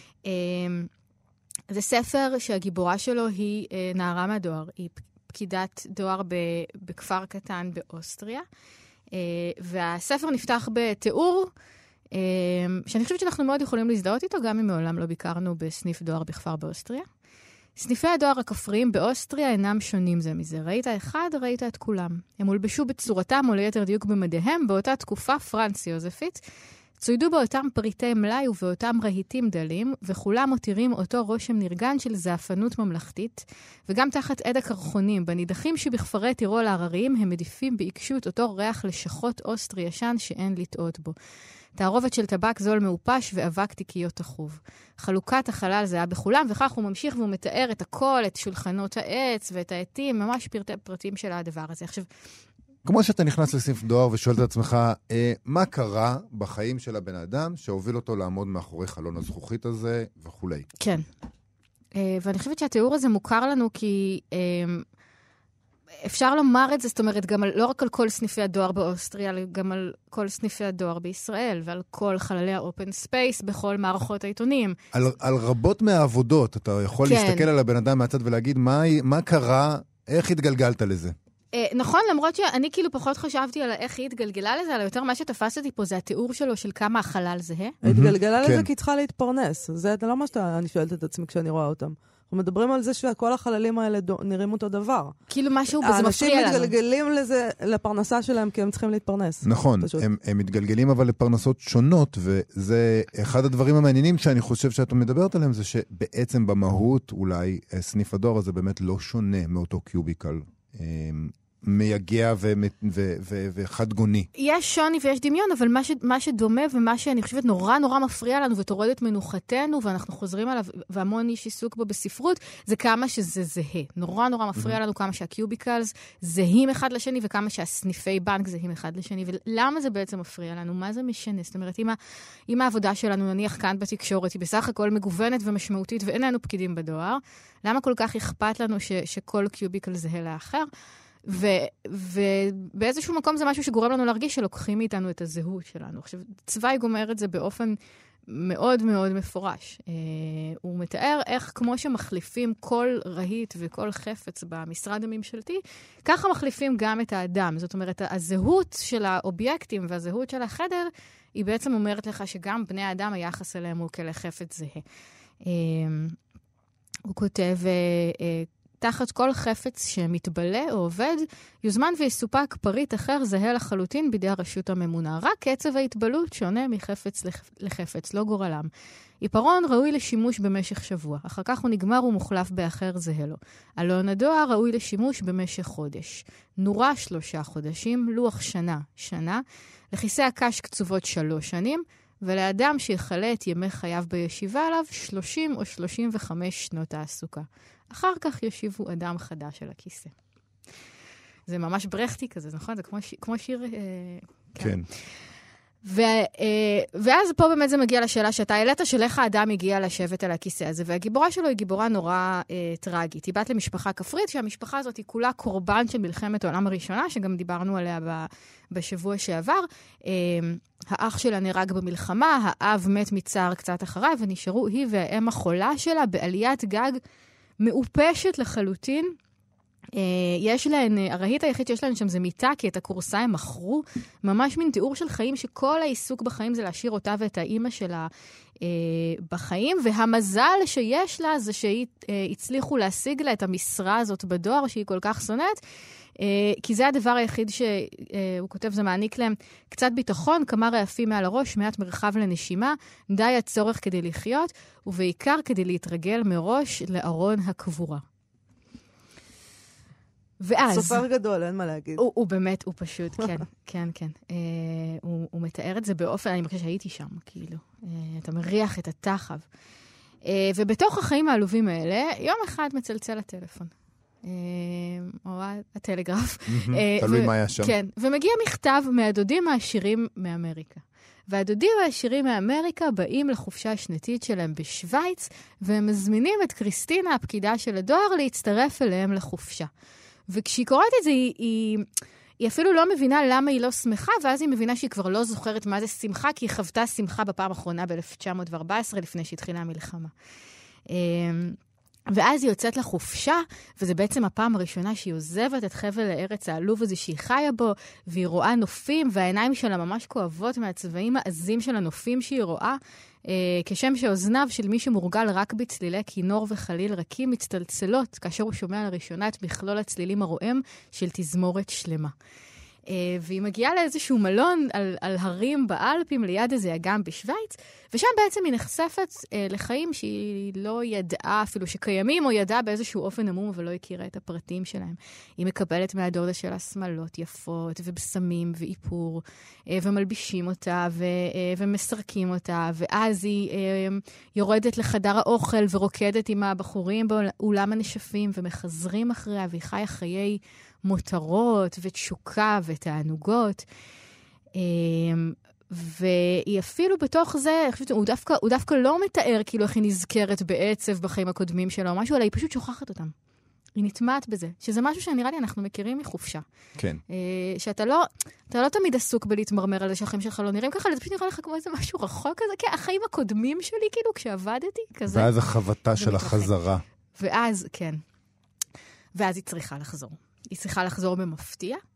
זה ספר שהגיבורה שלו היא נערה מהדואר, היא פקידת דואר בכפר קטן באוסטריה, והספר נפתח בתיאור שאני חושבת שאנחנו מאוד יכולים להזדהות איתו, גם אם מעולם לא ביקרנו בסניף דואר בכפר באוסטריה. סניפי הדואר הכפריים באוסטריה אינם שונים זה מזה. ראית אחד, ראית את כולם. הם הולבשו בצורתם, או ליתר דיוק במדיהם, באותה תקופה פרנס יוזפית, צוידו באותם פריטי מלאי ובאותם רהיטים דלים, וכולם מותירים אותו רושם נרגן של זעפנות ממלכתית, וגם תחת עד הקרחונים, בנידחים שבכפרי טירול הערריים, הם מדיפים בעיקשות אותו ריח לשכות אוסטרי ישן שאין לטעות בו. תערובת של טבק זול מאופש ואבק תיקיות תחוב. חלוקת החלל זה היה בכולם, וכך הוא ממשיך והוא מתאר את הכל, את שולחנות העץ ואת העטים, ממש פרטים של הדבר הזה. עכשיו, כמו שאתה נכנס לסניף דואר ושואל את עצמך, מה קרה בחיים של הבן אדם שהוביל אותו לעמוד מאחורי חלון הזכוכית הזה וכולי. כן. ואני חושבת שהתיאור הזה מוכר לנו כי אפשר לומר את זה, זאת אומרת, גם לא רק על כל סניפי הדואר באוסטריה, אלא גם על כל סניפי הדואר בישראל, ועל כל חללי האופן ספייס בכל מערכות העיתונים. על רבות מהעבודות, אתה יכול להסתכל על הבן אדם מהצד ולהגיד, מה קרה, איך התגלגלת לזה? נכון, למרות שאני כאילו פחות חשבתי על איך היא התגלגלה לזה, אלא יותר מה שתפסתי פה זה התיאור שלו של כמה החלל זהה. התגלגלה לזה כי צריכה להתפרנס. זה לא מה שאני שואלת את עצמי כשאני רואה אותם. אנחנו אנחנו מדברים על זה שכל החללים האלה נראים אותו דבר. כאילו משהו בזה מפריע לנו. האנשים מתגלגלים לזה, לפרנסה שלהם, כי הם צריכים להתפרנס. נכון, הם מתגלגלים אבל לפרנסות שונות, וזה אחד הדברים המעניינים שאני חושב שאת מדברת עליהם, זה שבעצם במהות אולי סניף הדואר הזה באמת לא שונה מאותו קיוביקל. מייגע וחד גוני. יש שוני ויש דמיון, אבל מה שדומה ומה שאני חושבת נורא נורא מפריע לנו ותורד את מנוחתנו, ואנחנו חוזרים עליו, והמון איש עיסוק בו בספרות, זה כמה שזה זהה. נורא נורא מפריע לנו כמה שהקיוביקלס זהים אחד לשני, וכמה שהסניפי בנק זהים אחד לשני. ולמה זה בעצם מפריע לנו? מה זה משנה? זאת אומרת, אם העבודה שלנו, נניח כאן בתקשורת, היא בסך הכל מגוונת ומשמעותית, ואין לנו פקידים בדואר, למה כל כך אכפת לנו שכל קיוביקל זהה לאחר? ובאיזשהו מקום זה משהו שגורם לנו להרגיש שלוקחים מאיתנו את הזהות שלנו. עכשיו, צוויג אומר את זה באופן מאוד מאוד מפורש. הוא מתאר איך כמו שמחליפים כל רהיט וכל חפץ במשרד הממשלתי, ככה מחליפים גם את האדם. זאת אומרת, הזהות של האובייקטים והזהות של החדר, היא בעצם אומרת לך שגם בני האדם היחס אליהם הוא כאלה חפץ זהה. הוא כותב... תחת כל חפץ שמתבלה או עובד, יוזמן ויסופק פריט אחר זהה לחלוטין בידי הרשות הממונה. רק קצב ההתבלות שונה מחפץ לחפץ, לא גורלם. עיפרון ראוי לשימוש במשך שבוע. אחר כך הוא נגמר ומוחלף באחר זהה לו. אלון הדואר ראוי לשימוש במשך חודש. נורה 3 חודשים, לוח שנה. לכיסא הקש קצובות 3 שנים, ולאדם שיחלה את ימי חייו בישיבה עליו 30 או 35 שנות תעסוקה. אחר כך ישיבו אדם חדש על הכיסא. זה ממש ברכטי כזה, נכון? זה כמו שיר... כן. ואז פה באמת זה מגיע לשאלה שאתה העלית של איך האדם הגיע לשבת על הכיסא הזה, והגיבורה שלו היא גיבורה נורא טרגית. היא בת למשפחה כפרית, שהמשפחה הזאת היא כולה קורבן של מלחמת העולם הראשונה, שגם דיברנו עליה בשבוע שעבר. האח שלה נהרג במלחמה, האב מת מצער קצת אחריו, ונשארו היא והאם החולה שלה בעליית גג מאופשת לחלוטין. יש להן, הרהיט היחיד שיש להן שם זה מיטה, כי את הקורסה הם מכרו. ממש מין תיאור של חיים שכל העיסוק בחיים זה להשאיר אותה ואת האימא שלה בחיים, והמזל שיש לה זה שהצליחו להשיג לה את המשרה הזאת בדואר שהיא כל כך שונאת, כי זה הדבר היחיד שהוא כותב, זה מעניק להם קצת ביטחון, כמה רעפים מעל הראש, מעט מרחב לנשימה, די הצורך כדי לחיות, ובעיקר כדי להתרגל מראש לארון הקבורה. ואז... סופר גדול, אין מה להגיד. הוא באמת, הוא פשוט, כן. הוא מתאר את זה באופן, אני מרגישה שהייתי שם, כאילו. אתה מריח את התחב. ובתוך החיים העלובים האלה, יום אחד מצלצל הטלפון. או הטלגרף. תלוי מה היה שם. כן, ומגיע מכתב מהדודים העשירים מאמריקה. והדודים העשירים מאמריקה באים לחופשה השנתית שלהם בשוויץ, והם מזמינים את קריסטינה, הפקידה של הדואר, להצטרף אליהם לחופשה. וכשהיא קוראת את זה, היא אפילו לא מבינה למה היא לא שמחה, ואז היא מבינה שהיא כבר לא זוכרת מה זה שמחה, כי היא חוותה שמחה בפעם האחרונה ב-1914, לפני שהתחילה המלחמה. ואז היא יוצאת לחופשה, וזה בעצם הפעם הראשונה שהיא עוזבת את חבל הארץ העלוב הזה שהיא חיה בו, והיא רואה נופים, והעיניים שלה ממש כואבות מהצבעים העזים של הנופים שהיא רואה, כשם שאוזניו של מי שמורגל רק בצלילי כינור וחליל רכים מצטלצלות, כאשר הוא שומע לראשונה את מכלול הצלילים הרועם של תזמורת שלמה. והיא מגיעה לאיזשהו מלון על הרים באלפים ליד איזה אגם בשוויץ, ושם בעצם היא נחשפת לחיים שהיא לא ידעה אפילו שקיימים, או ידעה באיזשהו אופן עמום, אבל לא הכירה את הפרטים שלהם. היא מקבלת מהדודה שלה שמלות יפות ובשמים ואיפור, ומלבישים אותה ומסרקים אותה, ואז היא יורדת לחדר האוכל ורוקדת עם הבחורים באולם הנשפים ומחזרים אחריה, והיא חיה חיי מותרות ותשוקה ותענוגות. והיא אפילו בתוך זה, אני חושבת, הוא דווקא לא מתאר כאילו איך היא נזכרת בעצב בחיים הקודמים שלה או משהו, אלא היא פשוט שוכחת אותם. היא נטמעת בזה, שזה משהו שנראה לי אנחנו מכירים מחופשה. כן. שאתה לא תמיד עסוק בלהתמרמר על זה שהחיים שלך לא נראים ככה, זה פשוט נראה לך כמו איזה משהו רחוק כזה, כי החיים הקודמים שלי כאילו כשעבדתי כזה. ואז החבטה של החזרה. ואז, כן. ואז היא צריכה לחזור. היא צריכה לחזור במפתיע.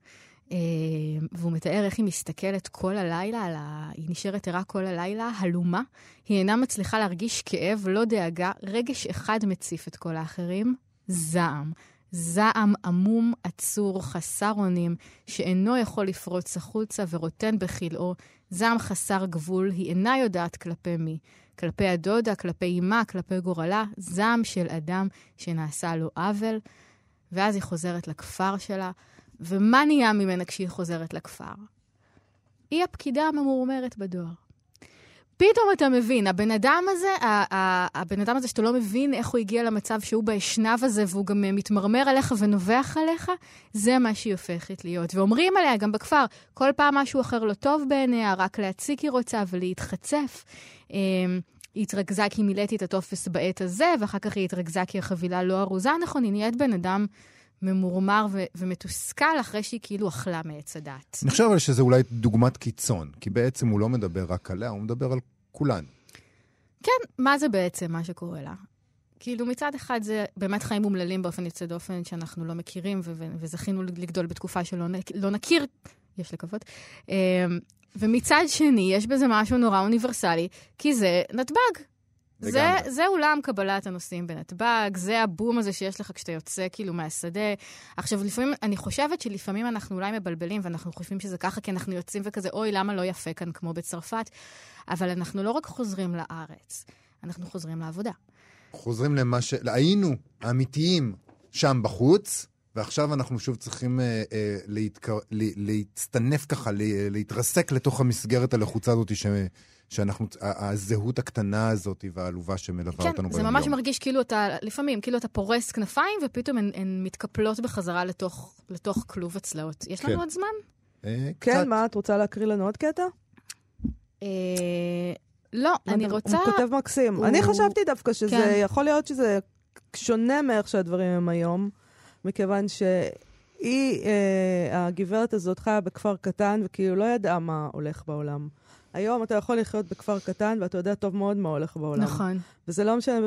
והוא מתאר איך היא מסתכלת כל הלילה, היא נשארת ערה כל הלילה, הלומה. היא אינה מצליחה להרגיש כאב, לא דאגה, רגש אחד מציף את כל האחרים, זעם. זעם עמום, עצור, חסר אונים, שאינו יכול לפרוץ החוצה ורוטן בחילאו, זעם חסר גבול, היא אינה יודעת כלפי מי. כלפי הדודה, כלפי אמה, כלפי גורלה, זעם של אדם שנעשה לו עוול, ואז היא חוזרת לכפר שלה, ומה נהיה ממנה כשהיא חוזרת לכפר? היא הפקידה הממורמרת בדואר. פתאום אתה מבין, הבן אדם הזה שאתה לא מבין איך הוא הגיע למצב שהוא באשנב הזה, והוא גם מתמרמר עליך ונובח עליך, זה מה שהיא הופכת להיות. ואומרים עליה גם בכפר, כל פעם משהו אחר לא טוב בעיניה, רק להציק היא רוצה ולהתחצף. היא התרכזה כי מילאתי את הטופס בעת הזה, ואחר כך היא התרכזה כי החבילה לא ארוזה. נכון, היא נהיית בן אדם ממורמר ומתוסכל אחרי שהיא כאילו אכלה מעץ הדעת. אני חושב אבל שזה אולי דוגמת קיצון, כי בעצם הוא לא מדבר רק עליה, הוא מדבר על כולן. כן, מה זה בעצם מה שקורה לה? כאילו מצד אחד זה באמת חיים מומללים באופן יוצא דופן שאנחנו לא מכירים, וזכינו לגדול בתקופה שלא נכיר, יש לקוות. ומצד שני, יש בזה משהו נורא אוניברסלי, כי זה נתב"ג. זה אולם קבלת הנושאים בנתב"ג, זה הבום הזה שיש לך כשאתה יוצא כאילו מהשדה. עכשיו, לפעמים, אני חושבת שלפעמים אנחנו אולי מבלבלים, ואנחנו חושבים שזה ככה, כי אנחנו יוצאים וכזה, אוי, למה לא יפה כאן כמו בצרפת? אבל אנחנו לא רק חוזרים לארץ, אנחנו חוזרים לעבודה. חוזרים למה היינו האמיתיים שם בחוץ, ועכשיו אנחנו שוב צריכים להצטנף ככה, להתרסק לתוך המסגרת הלחוצה הזאת הזהות הקטנה הזאת והעלובה שמלווה אותנו ביום יום. כן, זה ממש מרגיש כאילו לפעמים, כאילו אתה פורס כנפיים, ופתאום הן מתקפלות בחזרה לתוך כלוב הצלעות. יש לנו עוד זמן? כן, מה, את רוצה להקריא לנו עוד קטע? לא, אני רוצה... הוא כותב מקסים. אני חשבתי דווקא שזה, יכול להיות שזה שונה מאיך שהדברים הם היום, מכיוון שהיא, הגברת הזאת חיה בכפר קטן, וכאילו לא ידעה מה הולך בעולם. היום אתה יכול לחיות בכפר קטן, ואתה יודע טוב מאוד מה הולך בעולם. נכון. וזה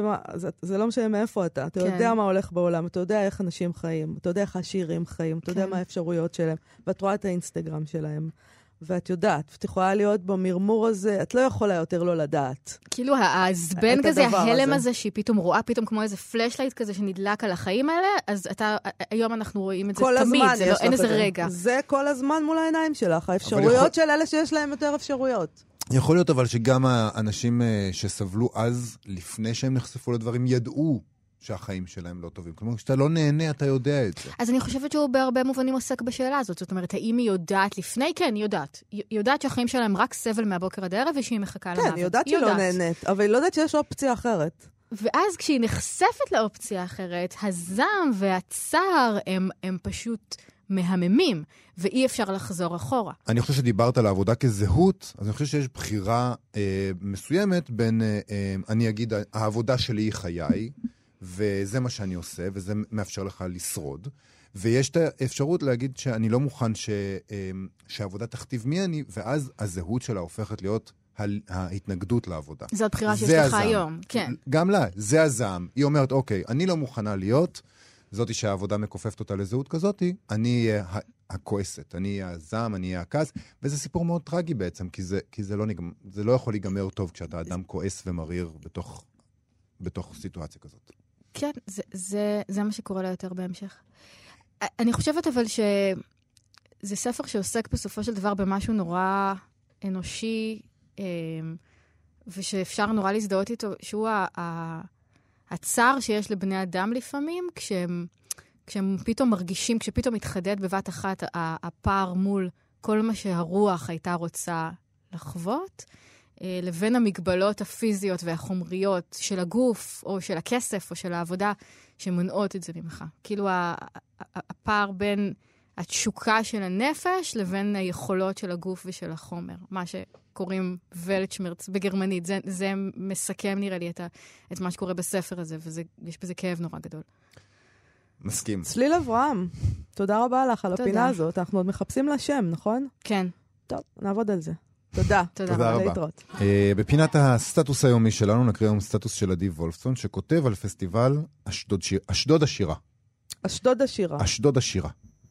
לא משנה מאיפה אתה. אתה יודע מה הולך בעולם, אתה יודע איך אנשים חיים, אתה יודע איך העשירים חיים, אתה יודע מה האפשרויות שלהם, ואת רואה את האינסטגרם שלהם. ואת יודעת, את יכולה להיות במרמור הזה, את לא יכולה יותר לא לדעת. כאילו הזבן כזה, ההלם הזה, שהיא פתאום רואה, פתאום כמו איזה פלשלייט כזה שנדלק על החיים האלה, אז היום אנחנו רואים את זה תמיד, אין איזה רגע. זה כל הזמן מול העיניים שלך, האפשרויות של אלה שיש להם יותר אפשרויות. יכול להיות אבל שגם האנשים שסבלו אז, לפני שהם נחשפו לדברים, ידעו שהחיים שלהם לא טובים. כלומר, כשאתה לא נהנה, אתה יודע את זה. אז אני חושבת שהוא בהרבה מובנים עוסק בשאלה הזאת. זאת אומרת, האם היא יודעת לפני? כן, היא יודעת. היא יודעת שהחיים שלהם רק סבל מהבוקר עד הערב, ושהיא מחכה למוות. כן, היא יודעת שהיא לא נהנית, אבל היא לא יודעת שיש אופציה אחרת. ואז כשהיא נחשפת לאופציה אחרת, הזעם והצער הם פשוט מהממים, ואי אפשר לחזור אחורה. אני חושב שדיברת על העבודה כזהות, אז אני חושב שיש בחירה מסוימת בין, אני אגיד, העבודה שלי היא חיי, וזה מה שאני עושה, וזה מאפשר לך לשרוד. ויש את האפשרות להגיד שאני לא מוכן שהעבודה תכתיב מי אני, ואז הזהות שלה הופכת להיות ההתנגדות לעבודה. זו הבחירה שיש לך היום, כן. גם לה, זה הזעם. היא אומרת, אוקיי, אני לא מוכנה להיות, זאתי שהעבודה מכופפת אותה לזהות כזאתי, אני אהיה הכועסת, אני אהיה הזעם, אני אהיה הכעס, וזה סיפור מאוד טרגי בעצם, כי זה לא יכול להיגמר טוב כשאתה אדם כועס ומריר בתוך סיטואציה כזאת. כן, זה מה שקורה לה יותר בהמשך. אני חושבת אבל שזה ספר שעוסק בסופו של דבר במשהו נורא אנושי, ושאפשר נורא להזדהות איתו, שהוא הצער שיש לבני אדם לפעמים, כשהם פתאום מרגישים, כשפתאום מתחדד בבת אחת הפער מול כל מה שהרוח הייתה רוצה לחוות, לבין המגבלות הפיזיות והחומריות של הגוף, או של הכסף, או של העבודה, שמונעות את זה ממך. כאילו הפער בין התשוקה של הנפש, לבין היכולות של הגוף ושל החומר. מה שקוראים ולטשמרץ בגרמנית. זה מסכם, נראה לי, את מה שקורה בספר הזה, ויש בזה כאב נורא גדול. מסכים. צליל אברהם, תודה רבה לך על הפינה הזאת. אנחנו עוד מחפשים לה שם, נכון? כן. טוב, נעבוד על זה. תודה. תודה רבה. בפינת הסטטוס היומי שלנו נקריא היום סטטוס של עדי וולפסון, שכותב על פסטיבל אשדוד השירה. אשדוד השירה. אשדוד השירה.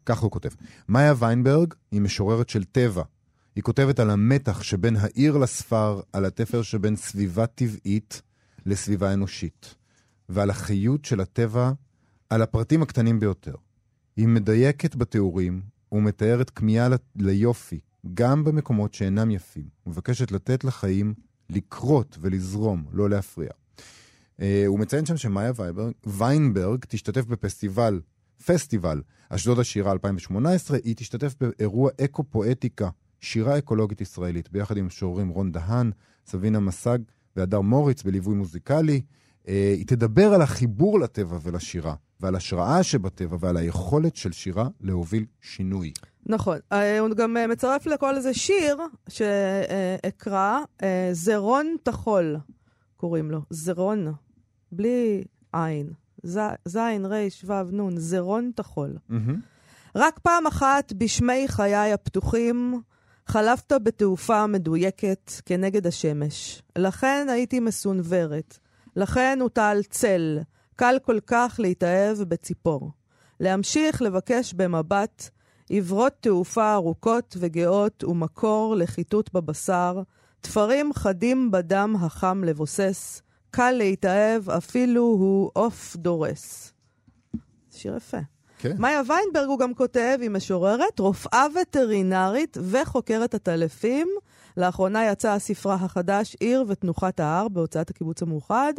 ככה הוא כותב. מאיה ויינברג היא משוררת של טבע. היא כותבת על המתח שבין העיר לספר, על התפר שבין סביבה טבעית לסביבה אנושית, ועל החיות של הטבע, על הפרטים הקטנים ביותר. היא מדייקת בתיאורים ומתארת כמיהה ליופי, גם במקומות שאינם יפים, ומבקשת לתת לחיים לקרות ולזרום, לא להפריע. הוא מציין שם שמאיה ויינברג תשתתף פסטיבל אשדוד השירה 2018, היא תשתתף באירוע אקו-פואטיקה, שירה אקולוגית ישראלית, ביחד עם משוררים רון דהן, סבינה מסג והדר מוריץ בליווי מוזיקלי. היא תדבר על החיבור לטבע ולשירה, ועל השראה שבטבע, ועל היכולת של שירה להוביל שינוי. נכון. הוא גם מצרף לכל איזה שיר שאקרא, זרון תחול, קוראים לו. זרון, בלי עין. זין, ריש, וו, נון, זרון תחול. רק פעם אחת בשמי חיי הפתוחים, חלפת בתעופה מדויקת כנגד השמש. לכן הייתי מסונברת. לכן הוטל צל. קל כל כך להתאהב בציפור. להמשיך לבקש במבט, עברות תעופה ארוכות וגאות ומקור לחיתות בבשר, תפרים חדים בדם החם לבוסס, קל להתאהב אפילו הוא אוף דורס. שיר יפה. כן. מאיה ויינברג הוא גם כותב, היא משוררת, רופאה וטרינרית וחוקרת הטלפים. לאחרונה יצא הספרה החדש, עיר ותנוחת ההר, בהוצאת הקיבוץ המאוחד.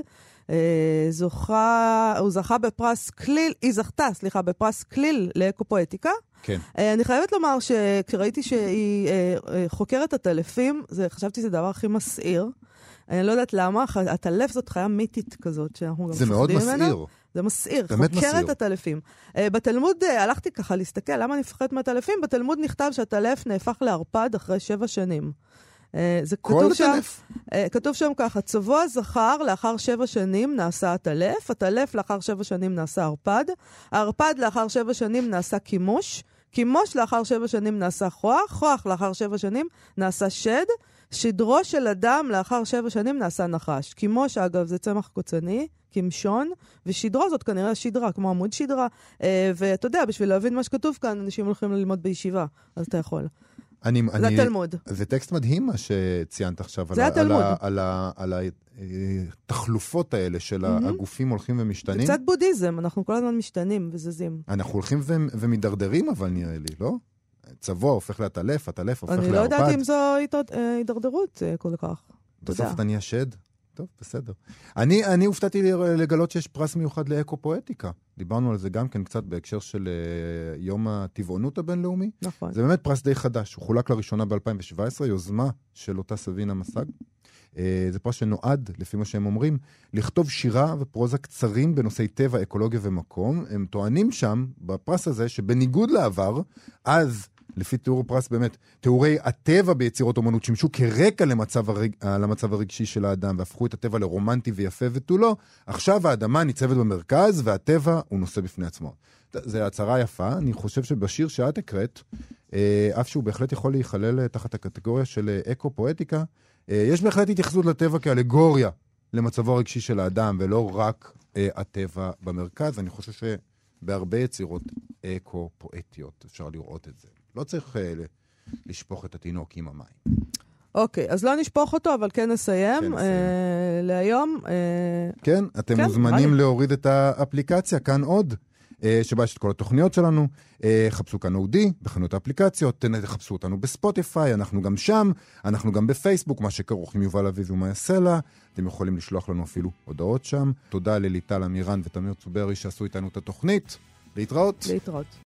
הוא זכה בפרס כליל, היא זכתה, בפרס כליל לאקו-פואטיקה. כן. אני חייבת לומר שכשראיתי שהיא חוקרת הטלפים, חשבתי שזה הדבר הכי מסעיר. אני לא יודעת למה, הטלף זאת חיה מיתית כזאת, שאנחנו גם זה מאוד מסעיר. זה מסעיר, באמת חוקרת מסעיר. הטלפים. בתלמוד, הלכתי ככה להסתכל, למה אני מפחדת מהטלפים? בתלמוד נכתב שהטלף נהפך לערפד אחרי 7 שנים. זה כתוב שם, כתוב שם ככה, צבוע הזכר לאחר 7 שנים נעשה הטלף, הטלף לאחר 7 שנים נעשה ערפד, הערפד לאחר 7 שנים נעשה כימוש, כימוש לאחר 7 שנים נעשה כוח, כוח לאחר 7 שנים נעשה שד, שדרו של אדם לאחר 7 שנים נעשה נחש. כימוש, אגב, זה צמח קוצני, כמשון, ושדרו זאת כנראה שדרה, כמו עמוד שדרה. ואתה יודע, בשביל להבין מה שכתוב כאן, אנשים הולכים ללמוד בישיבה, אז אתה יכול. זה התלמוד. זה טקסט מדהים מה שציינת עכשיו. זה התלמוד. על התחלופות האלה של הגופים הולכים ומשתנים. זה קצת בודהיזם, אנחנו כל הזמן משתנים וזזים. אנחנו הולכים ומדרדרים, אבל נראה לי, לא? צבוע הופך להטלף, הטלף הופך לערפד. אני לא יודעת אם זו הידרדרות כל כך. בסוף אתה נהיה שד? טוב, בסדר. אני הופתעתי לגלות שיש פרס מיוחד לאקו-פואטיקה. דיברנו על זה גם כן קצת בהקשר של יום הטבעונות הבינלאומי. נכון. זה באמת פרס די חדש. הוא חולק לראשונה ב-2017, יוזמה של אותה סבינה מסג. זה פרס שנועד, לפי מה שהם אומרים, לכתוב שירה ופרוזה קצרים בנושאי טבע, אקולוגיה ומקום. הם טוענים שם, בפרס הזה, שבניגוד לעבר, אז לפי תיאור הפרס באמת, תיאורי הטבע ביצירות אומנות שימשו כרקע למצב הרגשי של האדם, והפכו את הטבע לרומנטי ויפה ותו לא. עכשיו האדמה ניצבת במרכז, והטבע הוא נושא בפני עצמו. זו הצהרה יפה. אני חושב שבשיר שאת הקראת, אף שהוא בהחלט יכול להיכלל תחת הקטגוריה של אקו-פואטיקה, יש בהחלט התייחסות לטבע כאלגוריה למצבו הרגשי של האדם, ולא רק הטבע במרכז. אני חושב שבהרבה יצירות אקו-פואטיות אפשר לראות את זה. לא צריך לשפוך את התינוק עם המים. אוקיי, אז לא נשפוך אותו, אבל כן נסיים להיום. כן, אתם מוזמנים להוריד את האפליקציה, כאן עוד, שבה יש את כל התוכניות שלנו. חפשו כאן אודי, בחנות האפליקציות, חפשו אותנו בספוטיפיי, אנחנו גם שם, אנחנו גם בפייסבוק, מה שכרוך עם יובל אביב ומה יעשה לה. אתם יכולים לשלוח לנו אפילו הודעות שם. תודה לליטל אמירן ותמיר צוברי שעשו איתנו את התוכנית. להתראות.